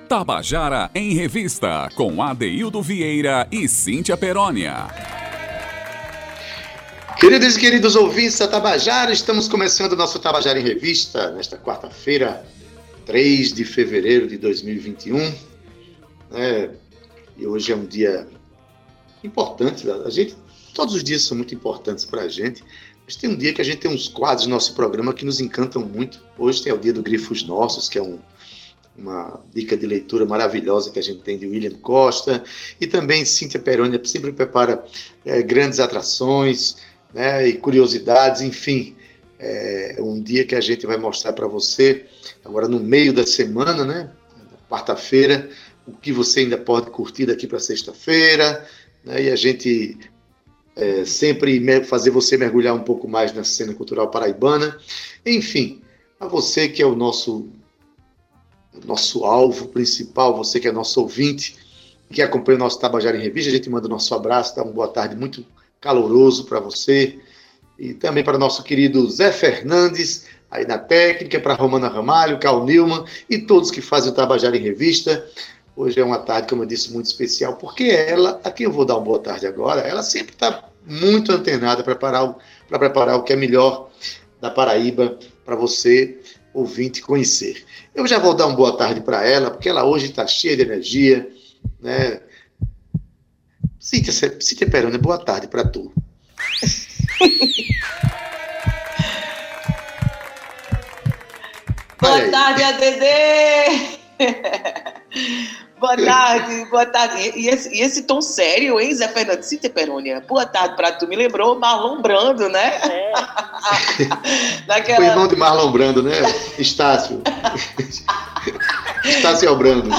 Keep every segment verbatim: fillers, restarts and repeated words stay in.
Tabajara em Revista, com Adeildo Vieira e Cíntia Perônia. Queridos e queridos ouvintes da Tabajara, estamos começando o nosso Tabajara em Revista nesta quarta-feira, três de fevereiro de dois mil e vinte e um. É, e hoje é um dia importante. A gente, todos os dias são muito importantes para a gente, mas tem um dia que a gente tem uns quadros no nosso programa que nos encantam muito. Hoje tem o dia do Grifos Nossos, que é um uma dica de leitura maravilhosa que a gente tem de William Costa, e também Cíntia Perônia sempre prepara é, grandes atrações, né, e curiosidades, enfim, é um dia que a gente vai mostrar para você, agora no meio da semana, né, quarta-feira, o que você ainda pode curtir daqui para sexta-feira, né, e a gente é, sempre fazer você mergulhar um pouco mais na cena cultural paraibana, enfim, a você que é o nosso nosso alvo principal, você que é nosso ouvinte, que acompanha o nosso Tabajara em Revista, a gente manda o nosso abraço, dá uma boa tarde muito caloroso para você, e também para o nosso querido Zé Fernandes, aí na técnica, para Romana Ramalho, Carl Newman e todos que fazem o Tabajara em Revista. Hoje é uma tarde, como eu disse, muito especial, porque ela, a quem eu vou dar uma boa tarde agora, ela sempre está muito antenada para preparar, para preparar o que é melhor da Paraíba para você, ouvinte, conhecer. Eu já vou dar uma boa tarde para ela, porque ela hoje está cheia de energia, né? Cíntia, Cíntia Perônia, boa tarde para tu. Boa tarde, A D D! Boa tarde, boa tarde. E esse, e esse tom sério, hein, Zé Fernando? Cíntia Perônia, boa tarde pra tu. Me lembrou Marlon Brando, né? É. Naquela... O irmão de Marlon Brando, né? Estácio. Estácio Brando.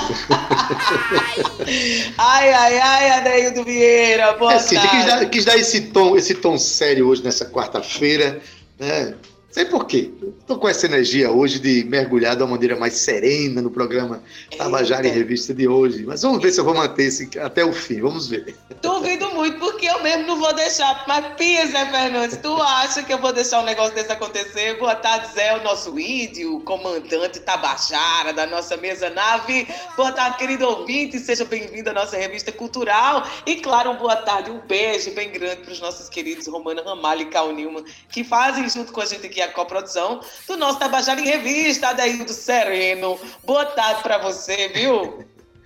Ai, ai, ai, Adeildo Vieira, boa é, Cíntia, tarde. Quis dar, quis dar esse tom, esse tom sério hoje, nessa quarta-feira, né? Sei por quê. Estou com essa energia hoje de mergulhar de uma maneira mais serena no programa Tabajara em Revista de hoje. Mas vamos ver se eu vou manter esse até o fim. Vamos ver. Duvido muito, porque eu mesmo não vou deixar. Mas, Pia, Zé Fernandes, tu acha que eu vou deixar um negócio desse acontecer? Boa tarde, Zé, o nosso índio, o comandante Tabajara da nossa mesa nave. Boa tarde, querido ouvinte. Seja bem-vindo à nossa revista cultural. E, claro, um boa tarde, um beijo bem grande para os nossos queridos Romana Ramalho e Carl Newman, que fazem junto com a gente aqui a coprodução do nosso Tabajara em Revista, Adeildo Sereno. Boa tarde para você, viu?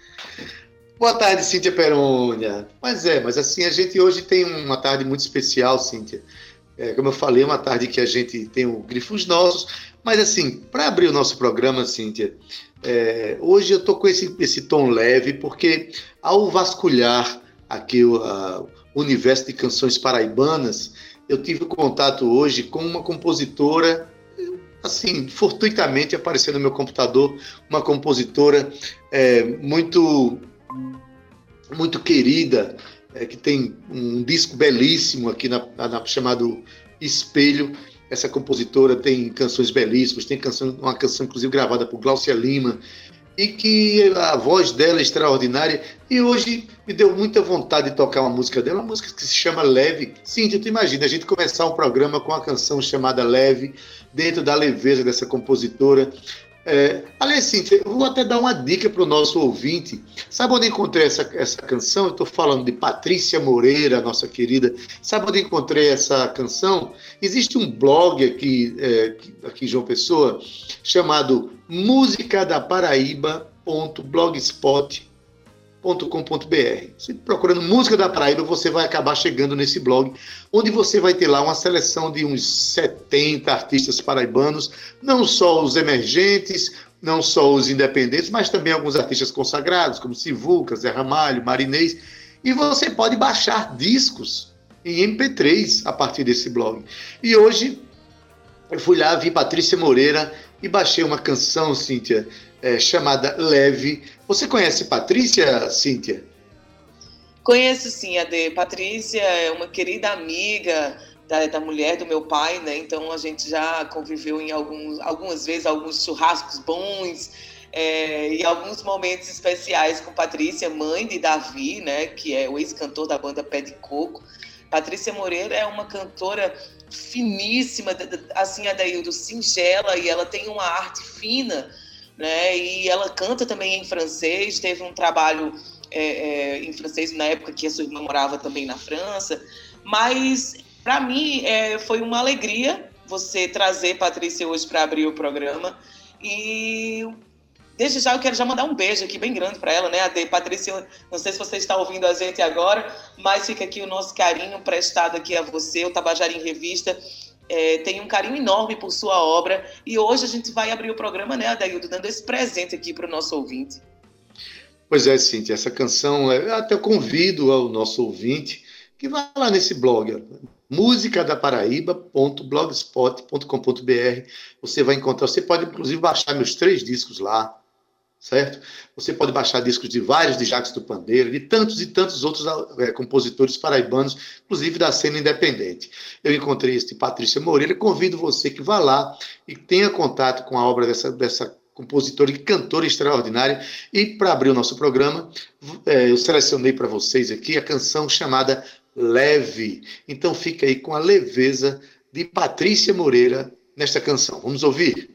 Boa tarde, Cíntia Perônia. Mas é, mas assim, a gente hoje tem uma tarde muito especial, Cíntia. É, como eu falei, uma tarde que a gente tem o Grifos Nossos, mas assim, para abrir o nosso programa, Cíntia, é, hoje eu tô com esse, esse tom leve, porque ao vasculhar aqui o, a, o universo de canções paraibanas, eu tive contato hoje com uma compositora, assim, fortuitamente apareceu no meu computador, uma compositora é, muito, muito querida, é, que tem um disco belíssimo aqui na, na, chamado Espelho. Essa compositora tem canções belíssimas, tem canção, uma canção inclusive gravada por Glaucia Lima, e que a voz dela é extraordinária, e hoje me deu muita vontade de tocar uma música dela, uma música que se chama Leve. Cíntia, tu imagina a gente começar um programa com uma canção chamada Leve, dentro da leveza dessa compositora. É, aliás, Cíntia, eu vou até dar uma dica para o nosso ouvinte. Sabe onde encontrei essa, essa canção? Eu estou falando de Patrícia Moreira, nossa querida. Sabe onde encontrei essa canção? Existe um blog aqui, é, aqui em João Pessoa, chamado música da paraíba ponto blogspot ponto com ponto br. Você procurando Música da Paraíba, você vai acabar chegando nesse blog, onde você vai ter lá uma seleção de uns setenta artistas paraibanos, não só os emergentes, não só os independentes, mas também alguns artistas consagrados, como Sivuca, Zé Ramalho, Marinês, e você pode baixar discos em M P três a partir desse blog. E hoje eu fui lá, vi Patrícia Moreira e baixei uma canção, Cíntia, é, chamada Leve. Você conhece Patrícia, Cíntia? Conheço sim, Ade. Patrícia é uma querida amiga da, da mulher do meu pai, né? Então a gente já conviveu em alguns, algumas vezes, alguns churrascos bons, é, e alguns momentos especiais com Patrícia, mãe de Davi, né? Que é o ex-cantor da banda Pé de Coco. Patrícia Moreira é uma cantora finíssima, assim, Adeildo, singela, e ela tem uma arte fina né? E ela canta também em francês, teve um trabalho é, é, em francês na época que a sua irmã morava também na França. Mas, para mim, é, foi uma alegria você trazer Patrícia hoje para abrir o programa. E desde já eu quero já mandar um beijo aqui bem grande para ela, né? A de Patrícia, não sei se você está ouvindo a gente agora, mas fica aqui o nosso carinho prestado aqui a você, o Tabajara em Revista. É, tem um carinho enorme por sua obra e hoje a gente vai abrir o programa, né, Adaildo, dando esse presente aqui para o nosso ouvinte. Pois é, Cíntia, essa canção, eu até convido ao nosso ouvinte que vá lá nesse blog, música da paraíba ponto blogspot ponto com ponto b r. Você vai encontrar, você pode inclusive baixar meus três discos lá, certo? Você pode baixar discos de vários, de Jacques do Pandeiro, de tantos e tantos outros é, compositores paraibanos, inclusive da cena independente. Eu encontrei este Patrícia Moreira, convido você que vá lá e tenha contato com a obra dessa, dessa compositora e cantora extraordinária. E para abrir o nosso programa, é, eu selecionei para vocês aqui a canção chamada Leve. Então fica aí com a leveza de Patrícia Moreira nesta canção. Vamos ouvir?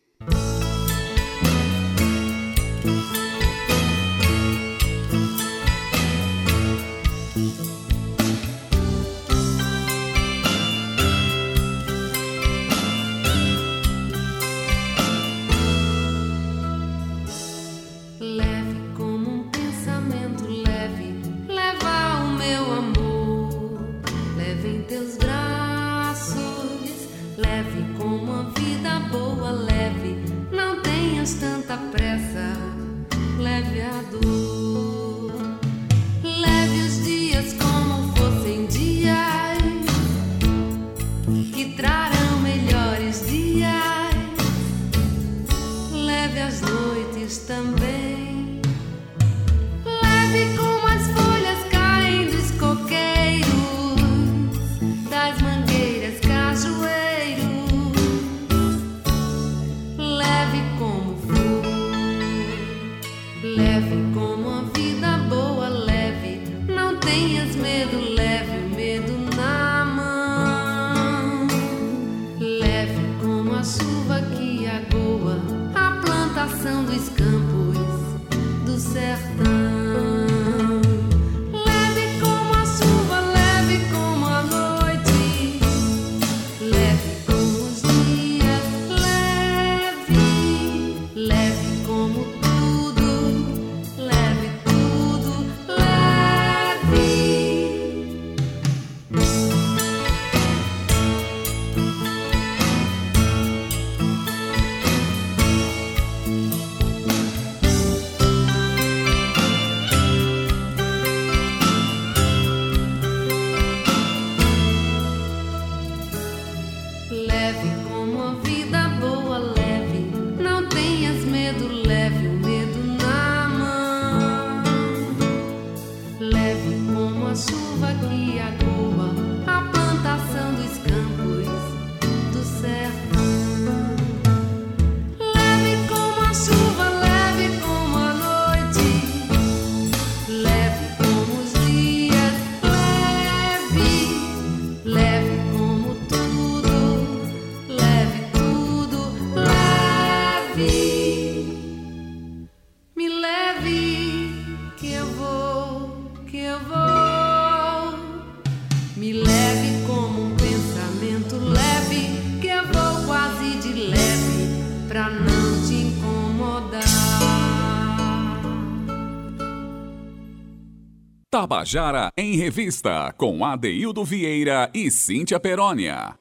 Tabajara em Revista, com Adeildo Vieira e Cíntia Perônia.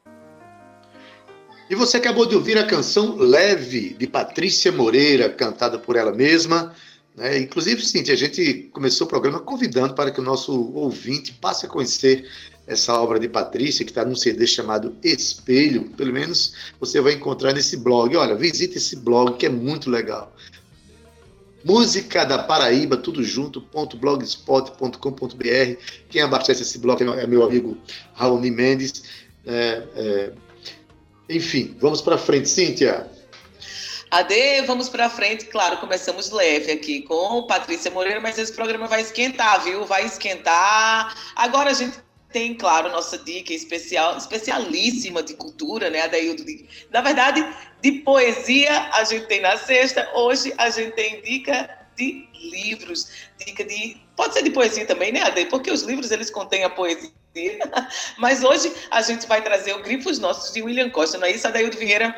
E você acabou de ouvir a canção Leve, de Patrícia Moreira, cantada por ela mesma. Né? Inclusive, Cíntia, a gente começou o programa convidando para que o nosso ouvinte passe a conhecer essa obra de Patrícia, que está num C D chamado Espelho. Pelo menos você vai encontrar nesse blog. Olha, visite esse blog que é muito legal. Música da Paraíba, tudo junto, ponto blogspot ponto com ponto b r. Quem abastece esse blog é meu amigo Raoni Mendes. É, é... Enfim, vamos para frente, Cíntia. Ade, vamos para frente. Claro, começamos leve aqui com Patrícia Moreira, mas esse programa vai esquentar, viu? Vai esquentar. Agora a gente tem, claro, nossa dica especial, especialíssima de cultura, né, Adaildo? Na verdade, de poesia a gente tem na sexta, hoje a gente tem dica de livros, dica de... Pode ser de poesia também, né, Adaildo? Porque os livros, eles contêm a poesia. Mas hoje a gente vai trazer o Grifos Nossos de William Costa, não é isso, Adaildo Vieira?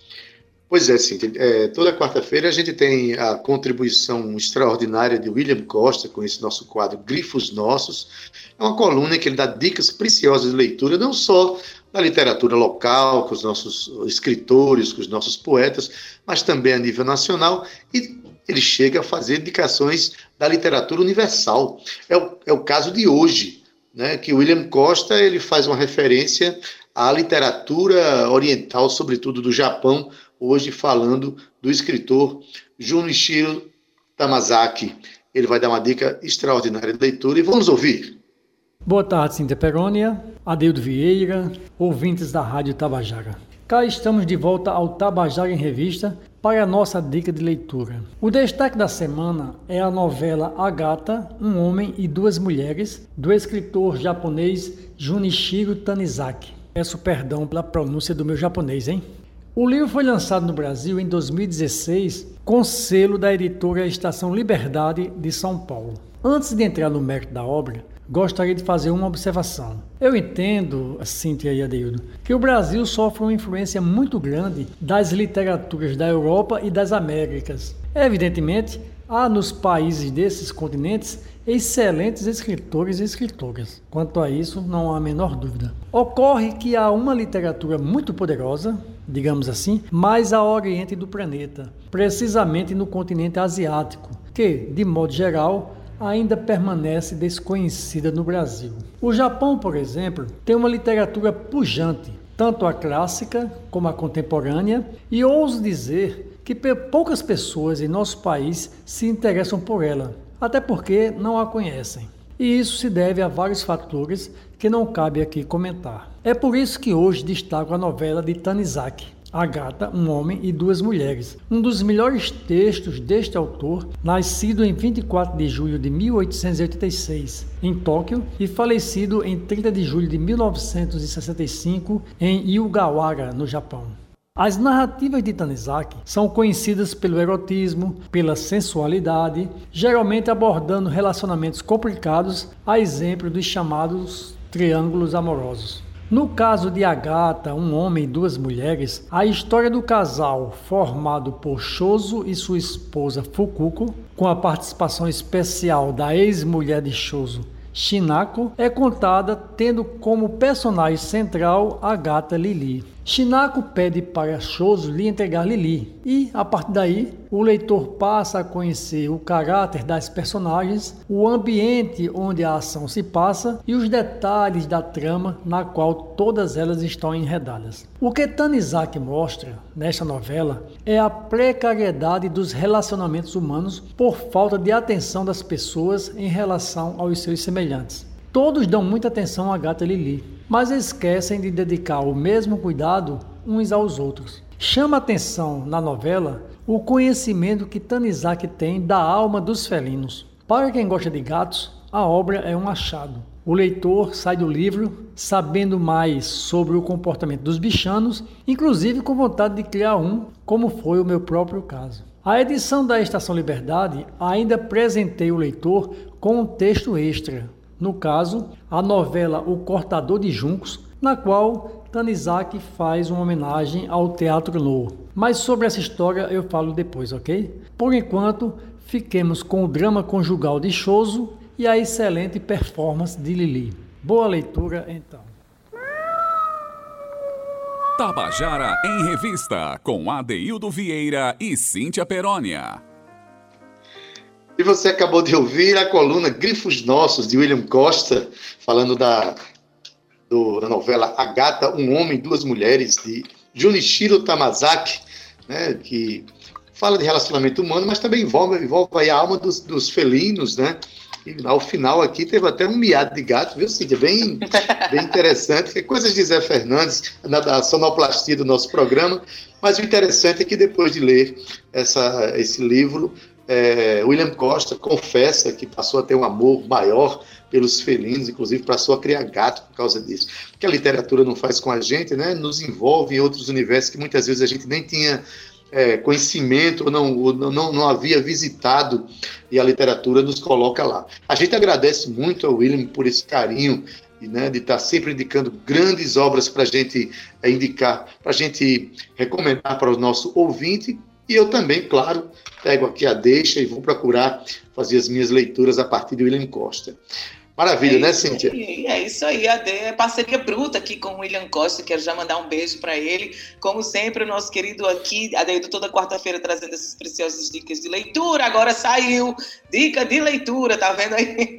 Pois é, sim. É, toda quarta-feira a gente tem a contribuição extraordinária de William Costa com esse nosso quadro Grifos Nossos. É uma coluna que ele dá dicas preciosas de leitura, não só na literatura local, com os nossos escritores, com os nossos poetas, mas também a nível nacional, e ele chega a fazer indicações da literatura universal. É o, é o caso de hoje, né, que William Costa ele faz uma referência à literatura oriental, sobretudo do Japão, hoje falando do escritor Junichiro Tamazaki. Ele vai dar uma dica extraordinária de leitura e vamos ouvir. Boa tarde, Cíntia Perônia, Adaildo Vieira, ouvintes da Rádio Tabajara. Cá estamos de volta ao Tabajara em Revista para a nossa dica de leitura. O destaque da semana é a novela Agata, um homem e duas mulheres, do escritor japonês Junichiro Tanizaki. Peço perdão pela pronúncia do meu japonês, hein? O livro foi lançado no Brasil em dois mil e dezesseis com selo da editora Estação Liberdade de São Paulo. Antes de entrar no mérito da obra, gostaria de fazer uma observação. Eu entendo, Cíntia e Adaildo, que o Brasil sofre uma influência muito grande das literaturas da Europa e das Américas. Evidentemente, há nos países desses continentes excelentes escritores e escritoras. Quanto a isso, não há a menor dúvida. Ocorre que há uma literatura muito poderosa, digamos assim, mais a oriente do planeta, precisamente no continente asiático, que, de modo geral, ainda permanece desconhecida no Brasil. O Japão, por exemplo, tem uma literatura pujante, tanto a clássica como a contemporânea, e ouso dizer que poucas pessoas em nosso país se interessam por ela, até porque não a conhecem. E isso se deve a vários fatores que não cabe aqui comentar. É por isso que hoje destaco a novela de Tanizaki, Agata, um homem e duas mulheres, um dos melhores textos deste autor, nascido em vinte e quatro de julho de mil oitocentos e oitenta e seis, em Tóquio, e falecido em trinta de julho de mil novecentos e sessenta e cinco, em Yugawara, no Japão. As narrativas de Tanizaki são conhecidas pelo erotismo, pela sensualidade, geralmente abordando relacionamentos complicados, a exemplo dos chamados triângulos amorosos. No caso de Agata, um homem e duas mulheres, a história do casal formado por Shozo e sua esposa Fukuko, com a participação especial da ex-mulher de Shozo, Shinako, é contada tendo como personagem central a gata Lili. Shinako pede para Shozo lhe entregar Lili e, a partir daí, o leitor passa a conhecer o caráter das personagens, o ambiente onde a ação se passa e os detalhes da trama na qual todas elas estão enredadas. O que Tanizaki mostra nesta novela é a precariedade dos relacionamentos humanos por falta de atenção das pessoas em relação aos seus semelhantes. Todos dão muita atenção à gata Lili, mas esquecem de dedicar o mesmo cuidado uns aos outros. Chama atenção na novela o conhecimento que Tanizaki tem da alma dos felinos. Para quem gosta de gatos, a obra é um achado. O leitor sai do livro sabendo mais sobre o comportamento dos bichanos, inclusive com vontade de criar um, como foi o meu próprio caso. A edição da Estação Liberdade ainda presenteia o leitor com um texto extra. No caso, a novela O Cortador de Juncos, na qual Tanizaki faz uma homenagem ao Teatro No. Mas sobre essa história eu falo depois, ok? Por enquanto, fiquemos com o drama conjugal de Shozo e a excelente performance de Lili. Boa leitura, então. Tabajara em Revista, com Adaildo Vieira e Cíntia Perônia. E você acabou de ouvir a coluna Grifos Nossos, de William Costa, falando da, do, da novela Agata, um homem e duas mulheres, de Junichiro Tamazaki, né, que fala de relacionamento humano, mas também envolve, envolve aí a alma dos, dos felinos, né? E ao final aqui teve até um miado de gato, viu, Cíntia? Bem, bem interessante. Coisas de Zé Fernandes, na, da sonoplastia do nosso programa. Mas o interessante é que depois de ler essa, esse livro, É, William Costa confessa que passou a ter um amor maior pelos felinos, inclusive passou a criar gato por causa disso. O que a literatura não faz com a gente, né? Nos envolve em outros universos que muitas vezes a gente nem tinha é, conhecimento ou não, ou não, não havia visitado, e a literatura nos coloca lá. A gente agradece muito ao William por esse carinho, né, de estar sempre indicando grandes obras para a gente é, indicar, para a gente recomendar para o nosso ouvinte. E eu também, claro, pego aqui a deixa e vou procurar fazer as minhas leituras a partir de William Costa. Maravilha, é né, Cíntia? Aí, é isso aí, a D é parceria bruta aqui com o William Costa, quero já mandar um beijo para ele. Como sempre, o nosso querido aqui, Adeildo, toda quarta-feira trazendo essas preciosas dicas de leitura. Agora saiu, dica de leitura, tá vendo aí?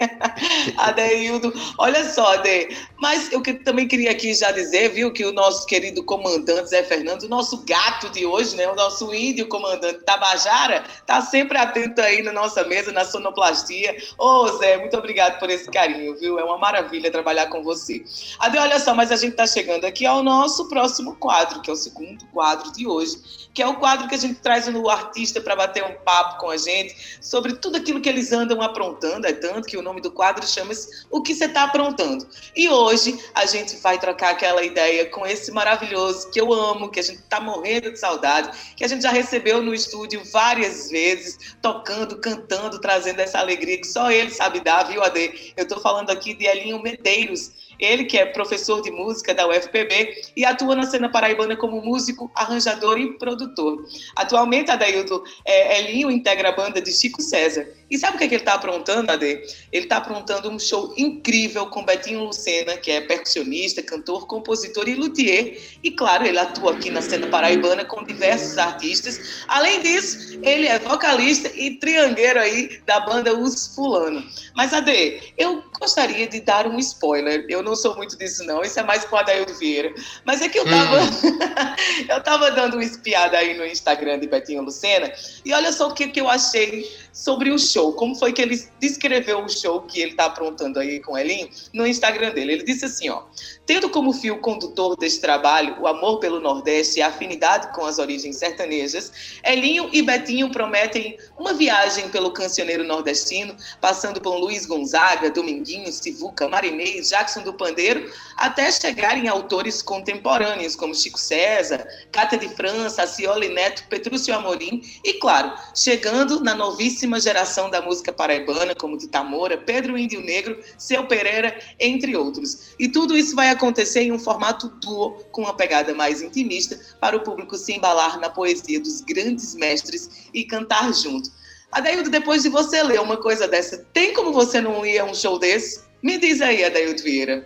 Adeildo, olha só, Ade, mas eu que, também queria aqui já dizer, viu, que o nosso querido comandante Zé Fernando, o nosso gato de hoje, né, o nosso índio comandante Tabajara, tá sempre atento aí na nossa mesa, na sonoplastia. Ô, Zé, muito obrigado por esse carinho. Viu? É uma maravilha trabalhar com você. Ade, olha só, mas a gente está chegando aqui ao nosso próximo quadro, que é o segundo quadro de hoje, que é o quadro que a gente traz o artista para bater um papo com a gente sobre tudo aquilo que eles andam aprontando, é tanto que o nome do quadro chama-se O Que Você Está Aprontando. E hoje a gente vai trocar aquela ideia com esse maravilhoso que eu amo, que a gente está morrendo de saudade, que a gente já recebeu no estúdio várias vezes, tocando, cantando, trazendo essa alegria que só ele sabe dar, viu, Ade? Eu estou falando aqui de Elinho Medeiros, ele que é professor de música da U F P B e atua na cena paraibana como músico, arranjador e produtor. Atualmente, Adeildo, é, Elinho integra a banda de Chico César. E sabe o que, é que ele está aprontando, Ade? Ele está aprontando um show incrível com Betinho Lucena, que é percussionista, cantor, compositor e luthier. E, claro, ele atua aqui na cena paraibana com diversos artistas. Além disso, ele é vocalista e triangueiro aí da banda Os Fulano. Mas, Ade, eu gostaria de dar um spoiler. Eu não sou muito disso, não. Isso é mais com o Adeildo Vieira. Mas é que eu tava, hum. eu tava dando uma espiada aí no Instagram de Betinho Lucena e olha só o que, que eu achei sobre o show. Como foi que ele descreveu o show que ele tá aprontando aí com o Elinho no Instagram dele. Ele disse assim, ó: tendo como fio condutor desse trabalho o amor pelo Nordeste e a afinidade com as origens sertanejas, Elinho e Betinho prometem uma viagem pelo cancioneiro nordestino, passando por Luiz Gonzaga, Dominguinho, Sivuca, Marinês, Jackson do Pandeiro, até chegar em autores contemporâneos como Chico César, Cátia de França, Cioli Neto, Petrúcio Amorim e, claro, chegando na novíssima geração da música paraibana, como Tita Moura, Pedro Índio Negro, Seu Pereira, entre outros. E tudo isso vai acontecer em um formato duo, com uma pegada mais intimista, para o público se embalar na poesia dos grandes mestres e cantar junto. Adeildo, depois de você ler uma coisa dessa, tem como você não ir a um show desse? Me diz aí, Adeildo Vieira.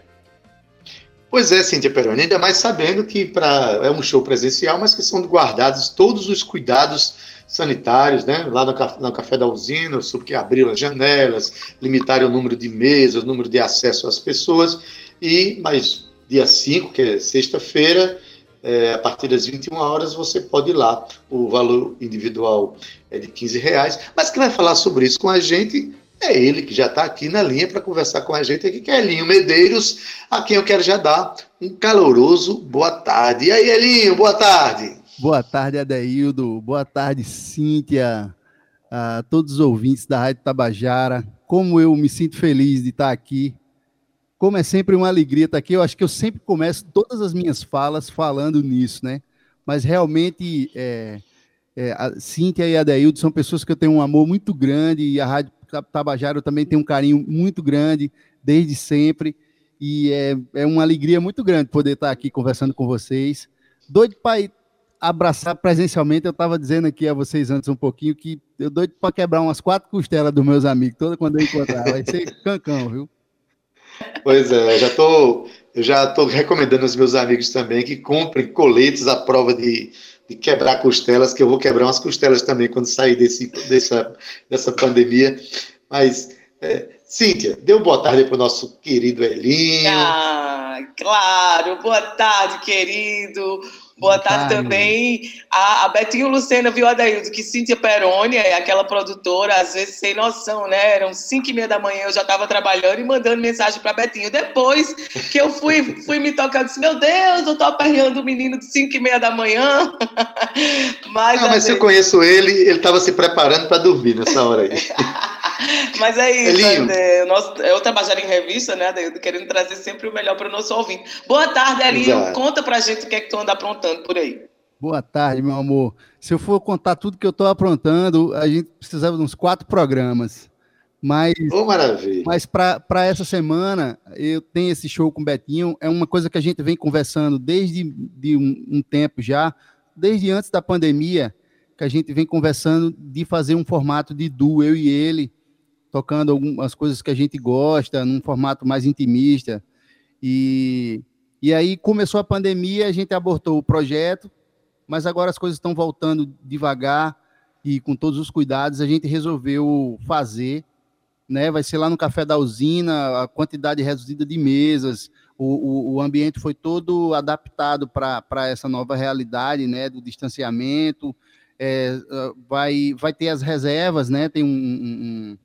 Pois é, Cíntia Peroni, ainda mais sabendo que pra, é um show presencial, mas que são guardados todos os cuidados sanitários, né? Lá no, no Café da Usina, sobre que abriram as janelas, limitaram o número de mesas, o número de acesso às pessoas, e mais dia cinco, que é sexta-feira, é, a partir das vinte e uma horas, você pode ir lá. O valor individual é de quinze reais, mas quem vai falar sobre isso com a gente é ele, que já está aqui na linha para conversar com a gente aqui, que é Elinho Medeiros, a quem eu quero já dar um caloroso boa tarde. E aí, Elinho, boa tarde. Boa tarde, Adeildo. Boa tarde, Cíntia, a todos os ouvintes da Rádio Tabajara. Como eu me sinto feliz de estar aqui. Como é sempre uma alegria estar aqui. Eu acho que eu sempre começo todas as minhas falas falando nisso, né? Mas realmente, é, é, a Cíntia e a Adeildo são pessoas que eu tenho um amor muito grande, e a Rádio Tabajara eu também tenho um carinho muito grande, desde sempre, e é, é uma alegria muito grande poder estar aqui conversando com vocês. Doido para abraçar presencialmente. Eu estava dizendo aqui a vocês antes um pouquinho que eu doido para quebrar umas quatro costelas dos meus amigos, toda quando eu encontrar, vai ser cancão, viu? Pois é, eu já tô, eu já estou recomendando aos meus amigos também que comprem coletes à prova de de quebrar costelas, que eu vou quebrar umas costelas também quando sair desse, dessa, dessa pandemia. Mas, é, Cíntia, dê uma boa tarde para o nosso querido Elinho. Ah, claro, boa tarde, querido. Boa tarde também a, a Betinho Lucena, viu, Adaildo, que Cíntia Peroni é aquela produtora, às vezes sem noção, né? Eram cinco e meia da manhã, eu já estava trabalhando e mandando mensagem para Betinho. Depois que eu fui, fui me tocando, disse, meu Deus, eu estou aperreando o menino de cinco e meia da manhã. mas, Não, mas se eu conheço ele, ele estava se preparando para dormir nessa hora aí. Mas é isso, Elinho. é, nós, eu trabalhar em revista, né, Adaildo, querendo trazer sempre o melhor para o nosso ouvinte. Boa tarde, Elinho. Exato. Conta pra gente o que é que tu anda aprontando por aí. Boa tarde, meu amor. Se eu for contar tudo que eu estou aprontando, a gente precisava de uns quatro programas. Mas, Oh, maravilha. mas para essa semana, eu tenho esse show com o Betinho. É uma coisa que a gente vem conversando desde de um, um tempo já, desde antes da pandemia, que a gente vem conversando de fazer um formato de duo, eu e ele, tocando algumas coisas que a gente gosta, num formato mais intimista. E, e aí começou a pandemia, a gente abortou o projeto, mas agora as coisas estão voltando devagar e com todos os cuidados, a gente resolveu fazer, né? Vai ser lá no Café da Usina, a quantidade reduzida de mesas, o, o, o ambiente foi todo adaptado para essa nova realidade, né? Do distanciamento, é, vai, vai ter as reservas, né? Tem um... um,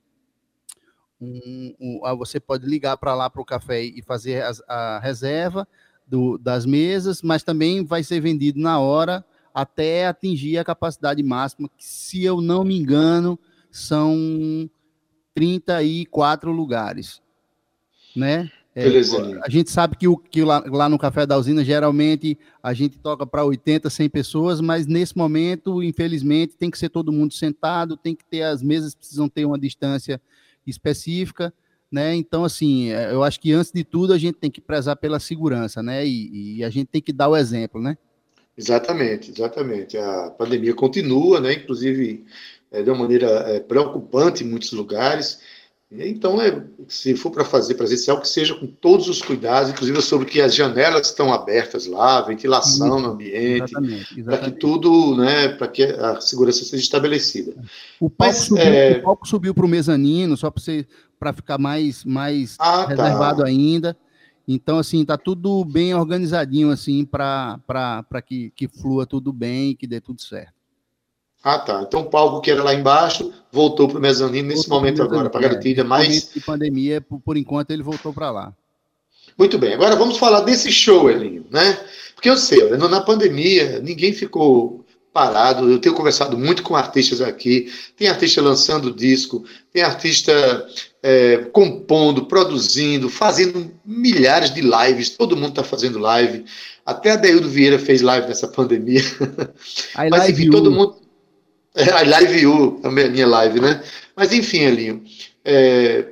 um, um, um você pode ligar para lá para o café e fazer as, a reserva do, das mesas, mas também vai ser vendido na hora, até atingir a capacidade máxima, que, se eu não me engano, são trinta e quatro lugares, né? É, a gente sabe que, o, que lá, lá no Café da Usina, geralmente, a gente toca para oitenta, cem pessoas, mas nesse momento, infelizmente, tem que ser todo mundo sentado, tem que ter, as mesas precisam ter uma distância específica, né? Então, assim, eu acho que, antes de tudo, a gente tem que prezar pela segurança, né? E, e a gente tem que dar o exemplo, né? Exatamente, exatamente. A pandemia continua, né? Inclusive é, de uma maneira é, preocupante em muitos lugares. Então, é, se for para fazer presencial, que seja com todos os cuidados, inclusive sobre que as janelas estão abertas lá, ventilação Isso, no ambiente, exatamente, para que exatamente. tudo, né, para que a segurança seja estabelecida. O palco Mas, subiu, é, o palco subiu para o mezanino, só para você, para ficar mais, mais Ah, reservado tá. ainda. Então, assim, tá tudo bem organizadinho, assim, para que, que flua tudo bem e que dê tudo certo. Ah, tá. Então o palco que era lá embaixo voltou para o mezanino nesse Voltou pro momento agora, mezanino, para é. garantir Nesse mais. momento de pandemia, por, por enquanto, ele voltou para lá. Muito bem, agora vamos falar desse show, Elinho, né? Porque eu sei, olha, na pandemia ninguém ficou parado. Eu tenho conversado muito com artistas aqui, tem artista lançando disco, tem artista é, compondo, produzindo, fazendo milhares de lives, todo mundo está fazendo live. Até a Adaildo Vieira fez live nessa pandemia. Aí, Mas live enfim, todo U. mundo. É, a Live U, a minha live, né? Mas enfim, Elinho, é,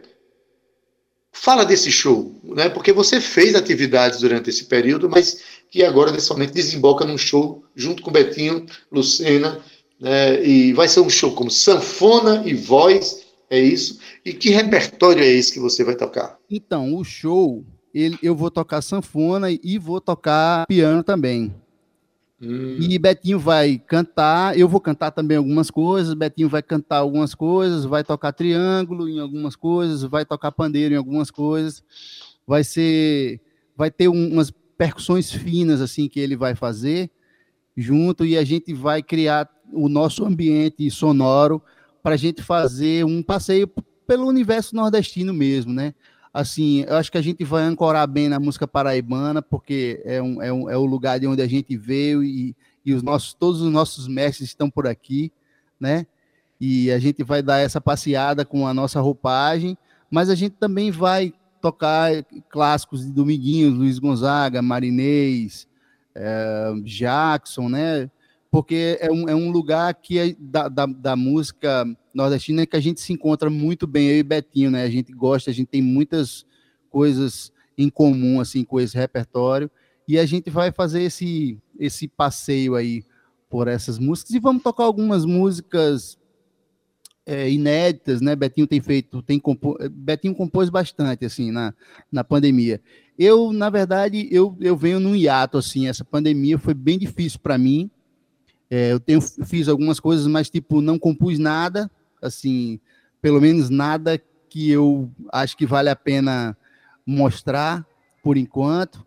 fala desse show, né? Porque você fez atividades durante esse período, mas que agora, nesse momento, desemboca num show junto com Betinho, Lucena, né? E vai ser um show como sanfona e voz, é isso? E que repertório é esse que você vai tocar? Então, o show, ele, eu vou tocar sanfona e vou tocar piano também. Hum. E Betinho vai cantar, eu vou cantar também algumas coisas, Betinho vai cantar algumas coisas, vai tocar triângulo em algumas coisas, vai tocar pandeiro em algumas coisas, vai ser, vai ter um, umas percussões finas assim que ele vai fazer junto, e a gente vai criar o nosso ambiente sonoro para a gente fazer um passeio pelo universo nordestino mesmo, né? Assim, eu acho que a gente vai ancorar bem na música paraibana, porque é, um, é, um, é o lugar de onde a gente veio e, e os nossos, todos os nossos mestres estão por aqui, né? E a gente vai dar essa passeada com a nossa roupagem, mas a gente também vai tocar clássicos de Dominguinhos, Luiz Gonzaga, Marinês, é, Jackson, né? Porque é um, é um lugar que é da, da, da música nordestina que a gente se encontra muito bem, eu e Betinho, né? A gente gosta, a gente tem muitas coisas em comum, assim, com esse repertório, e a gente vai fazer esse, esse passeio aí por essas músicas, e vamos tocar algumas músicas é, inéditas, né? Betinho tem feito, tem compo... Betinho compôs bastante, assim, na, na pandemia. Eu, na verdade, eu, eu venho num hiato, assim, essa pandemia foi bem difícil para mim. É, eu tenho, fiz algumas coisas, mas, tipo, não compus nada, assim, pelo menos nada que eu acho que vale a pena mostrar, por enquanto.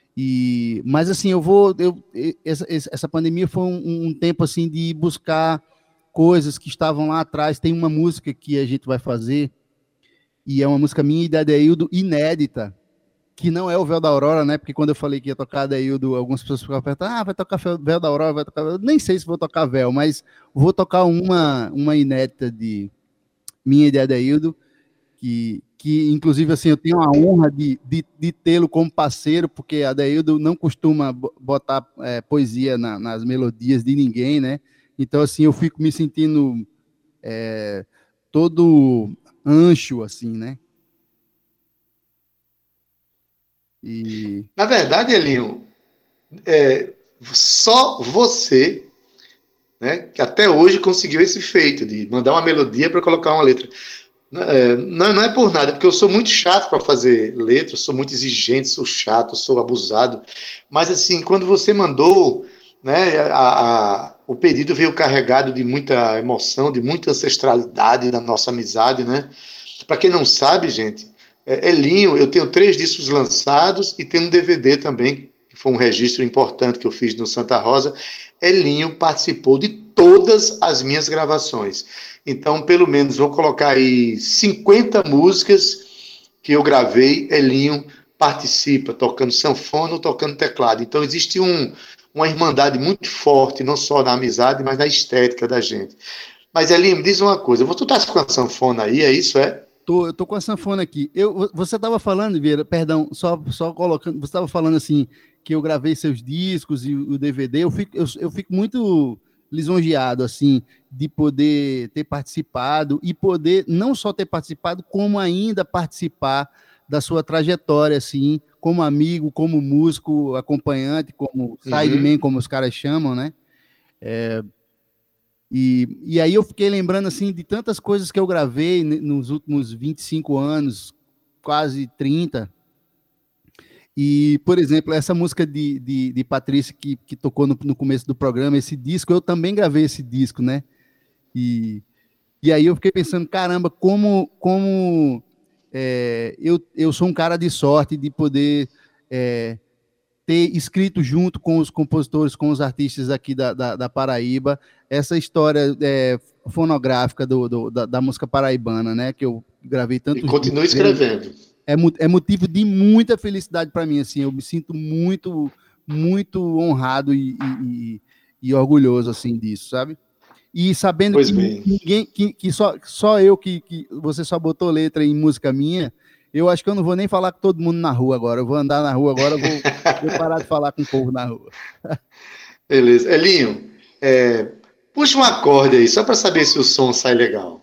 E, mas assim, eu vou. Eu, essa, essa pandemia foi um, um tempo assim de buscar coisas que estavam lá atrás. Tem uma música que a gente vai fazer, e é uma música minha e da Adeildo, inédita, que não é o Véu da Aurora, né? Porque quando eu falei que ia tocar Adeildo, algumas pessoas ficavam perguntando, ah, vai tocar Véu da Aurora, vai tocar. Eu nem sei se vou tocar Véu, mas vou tocar uma, uma inédita de minha e de Adeildo, que. que, inclusive, assim, eu tenho a honra de, de, de tê-lo como parceiro, porque a Adeildo não costuma botar é, poesia na, nas melodias de ninguém, né? Então, assim, eu fico me sentindo é, todo ancho, assim, né? E... Na verdade, Elinho, é, só você, né, que até hoje conseguiu esse feito de mandar uma melodia para colocar uma letra. É, não, não é por nada, porque eu sou muito chato para fazer letra, sou muito exigente, sou chato, sou abusado. Mas, assim, quando você mandou, né, a, a, o pedido veio carregado de muita emoção, de muita ancestralidade da nossa amizade, né? Para quem não sabe, gente, é, Elinho, eu tenho três discos lançados e tenho um D V D também, que foi um registro importante que eu fiz no Santa Rosa. Elinho participou de todas as minhas gravações. Então, pelo menos, vou colocar aí cinquenta músicas que eu gravei, Elinho participa, tocando sanfona ou tocando teclado. Então, existe um, uma irmandade muito forte, não só na amizade, mas na estética da gente. Mas, Elinho, me diz uma coisa, tu tá com a sanfona aí, é isso, é? Tô, eu tô com a sanfona aqui. Eu, você estava falando, Vieira, perdão, só, só colocando, você estava falando assim, que eu gravei seus discos e o D V D, eu fico, eu, eu fico muito lisonjeado, assim, de poder ter participado e poder não só ter participado, como ainda participar da sua trajetória, assim, como amigo, como músico, acompanhante, como sideman, uhum. como os caras chamam, né? É, e, e aí eu fiquei lembrando, assim, de tantas coisas que eu gravei nos últimos vinte e cinco anos, quase trinta. E, por exemplo, essa música de, de, de Patrícia que, que tocou no, no começo do programa, esse disco, eu também gravei esse disco, né? E, e aí eu fiquei pensando, caramba, como, como é, eu, eu sou um cara de sorte de poder é, ter escrito junto com os compositores, com os artistas aqui da, da, da Paraíba, essa história é, fonográfica do, do, da, da música paraibana, né? Que eu gravei tanto. E continue escrevendo. É, é motivo de muita felicidade para mim, assim, eu me sinto muito, muito honrado e, e, e orgulhoso, assim, disso, sabe? E sabendo pois que bem. ninguém, que, que só, só eu, que, que você só botou letra em música minha, eu acho que eu não vou nem falar com todo mundo na rua agora, eu vou andar na rua agora, eu vou, vou parar de falar com o povo na rua. Beleza. Elinho, é, puxa um acorde aí, só para saber se o som sai legal.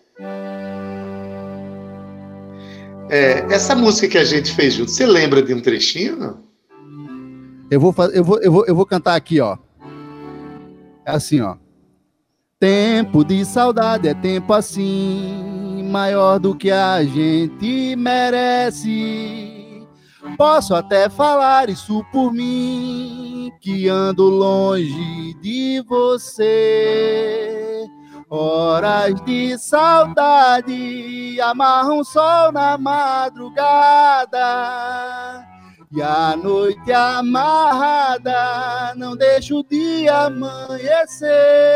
É, essa música que a gente fez junto, você lembra de um trechinho, não? Eu vou, eu vou, eu vou, eu vou cantar aqui, ó. É assim, ó. Tempo de saudade é tempo assim, maior do que a gente merece. Posso até falar isso por mim, que ando longe de você. Horas de saudade amarram o sol na madrugada, e a noite amarrada não deixa o dia amanhecer.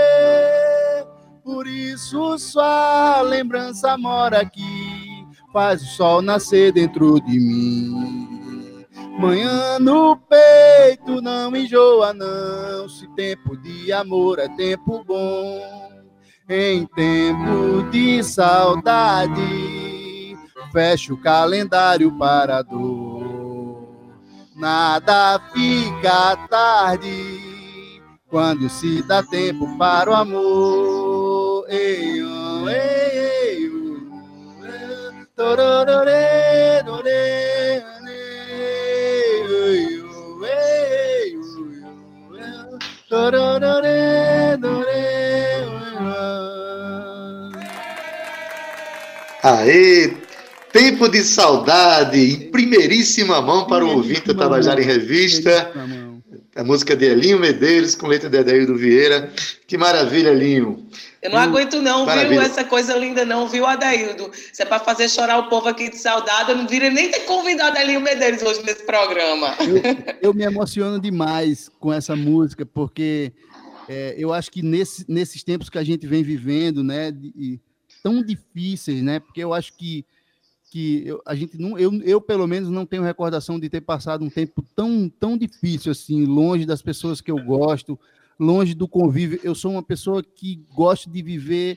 Por isso sua lembrança mora aqui, faz o sol nascer dentro de mim. Manhã no peito não enjoa não, se tempo de amor é tempo bom. Em tempo de saudade, fecha o calendário para a dor. Nada fica tarde quando se dá tempo para o amor. Ei, oh, ei, ei, oh, tororore, dore, ei, oh, ei, oh, tororore, dore. Aê! Tempo de saudade, em primeiríssima mão para o ouvinte da Tabajara em Revista. A música de Elinho Medeiros, com letra de Adaildo Vieira. Que maravilha, Elinho. Eu não aguento não, Maravilha. viu? Essa coisa linda não, viu, Adaildo? Se é para fazer chorar o povo aqui de saudade, eu não viria nem ter convidado Elinho Medeiros hoje nesse programa. Eu, eu me emociono demais com essa música, porque é, eu acho que nesse, nesses tempos que a gente vem vivendo, né, de, tão difíceis, né, porque eu acho que, que eu, a gente não, eu, eu, pelo menos, não tenho recordação de ter passado um tempo tão, tão difícil assim, longe das pessoas que eu gosto, longe do convívio. Eu sou uma pessoa que gosto de viver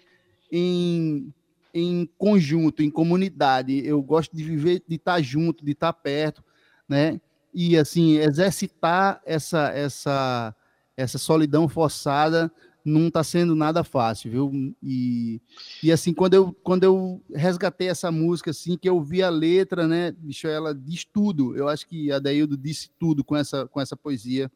em, em conjunto, em comunidade. Eu gosto de viver, de estar junto, de estar perto, né? E, assim, exercitar essa, essa, essa solidão forçada não está sendo nada fácil, viu? E, e assim, quando eu, quando eu resgatei essa música, assim, que eu vi a letra, né, bicho, ela diz tudo. Eu acho que a Adaildo disse tudo com essa, com essa poesia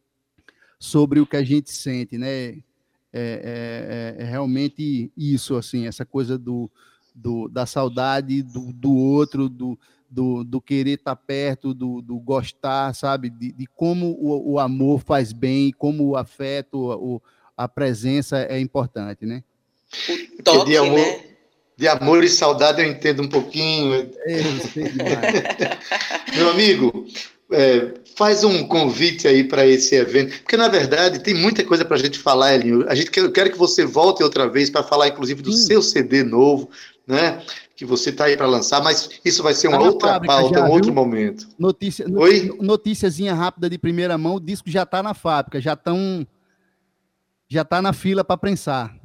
sobre o que a gente sente, né? É, é, é realmente isso, assim, essa coisa do, do, da saudade do, do outro, do, do, do querer estar perto, do, do gostar, sabe? De, de como o, o amor faz bem, como o afeto, o, a presença é importante, né? O toque, de amor, né? De amor e saudade eu entendo um pouquinho. Eu sei demais. Meu amigo, é, faz um convite aí para esse evento, porque na verdade tem muita coisa para a gente falar, Elinho. A gente quer, eu quero que você volte outra vez para falar, inclusive, do Sim. seu C D novo, né? Que você está aí para lançar, mas isso vai ser uma tá outra fábrica, pauta, já, um outro viu? momento. Notícia, Oi? Noticiazinha rápida de primeira mão, o disco já está na fábrica, já estão, já está na fila para prensar.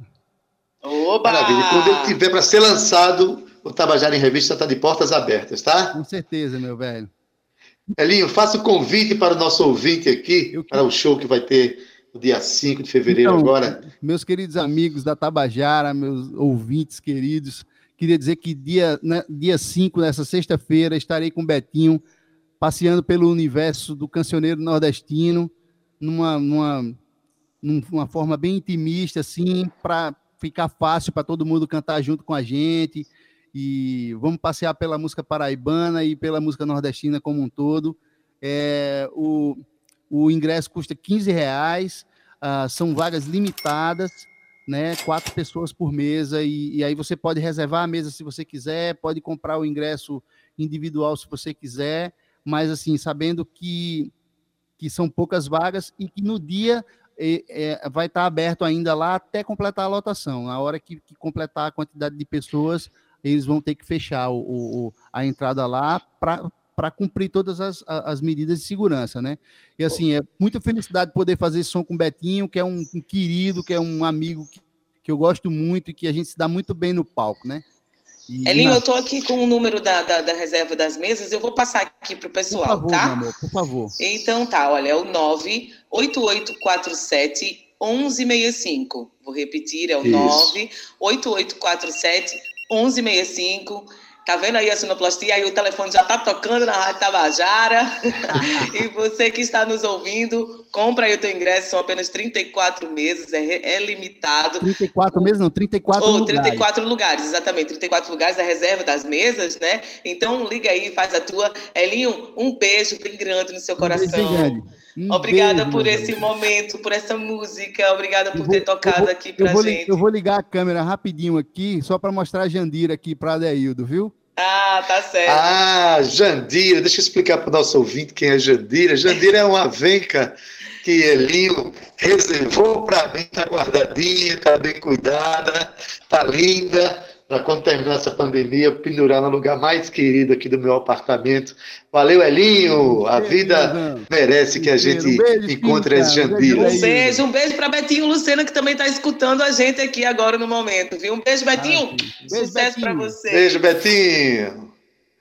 Oba! Maravilha. Quando ele tiver para ser lançado, o Tabajara em Revista está de portas abertas, tá? Com certeza, meu velho. Elinho, faça o convite para o nosso ouvinte aqui, Eu... para o show que vai ter no dia cinco de fevereiro então, agora. Meus queridos amigos da Tabajara, meus ouvintes queridos, queria dizer que dia, né, dia cinco, nessa sexta-feira, estarei com o Betinho, passeando pelo universo do cancioneiro nordestino, numa, numa, numa forma bem intimista, assim, para ficar fácil para todo mundo cantar junto com a gente. E vamos passear pela música paraibana e pela música nordestina como um todo. É, o, o ingresso custa quinze reais, uh, são vagas limitadas, né, quatro pessoas por mesa, e, e aí você pode reservar a mesa se você quiser, pode comprar o ingresso individual se você quiser, mas assim, sabendo que, que são poucas vagas e que no dia é, é, vai estar aberto ainda lá até completar a lotação. Na hora que, que completar a quantidade de pessoas, eles vão ter que fechar o, o, a entrada lá para cumprir todas as, as medidas de segurança, né? E assim, é muita felicidade poder fazer esse som com o Betinho, que é um, um querido, que é um amigo que, que eu gosto muito e que a gente se dá muito bem no palco, né? E, Elinho, na... eu estou aqui com o número da, da, da reserva das mesas, eu vou passar aqui para o pessoal, por favor, tá? Meu amor, por favor. Então tá, olha, é o nove oito oito quatro sete um um seis cinco. Vou repetir, é o Isso. nove oito oito quatro sete um um seis cinco. Tá vendo aí a sonoplastia? Aí o telefone já tá tocando na Rádio Tabajara. E você que está nos ouvindo, compra aí o teu ingresso, são apenas trinta e quatro meses, é, é limitado. trinta e quatro meses não, trinta e quatro oh, lugares. trinta e quatro lugares, exatamente, trinta e quatro lugares da reserva das mesas, né? Então liga aí, faz a tua. Elinho, um beijo bem grande no seu coração. Um beijo grande. Um Obrigada beijo, por esse Deus. momento, por essa música. Obrigada por vou, ter tocado vou, aqui pra eu vou, gente. Eu vou ligar a câmera rapidinho aqui, só para mostrar a Jandira aqui para Adaildo, viu? Ah, tá certo. Ah, Jandira. Deixa eu explicar para o nosso ouvinte quem é Jandira. Jandira é uma venca que Elinho reservou para mim, tá guardadinha, tá bem cuidada, tá linda, para quando terminar essa pandemia, pendurar no lugar mais querido aqui do meu apartamento. Valeu, Elinho! A vida merece que a gente encontre as Jandiras. Um beijo, um beijo para Betinho Lucena, que também está escutando a gente aqui agora no momento, viu? Um beijo, Betinho! Ah, Sucesso para você! Beijo, Betinho!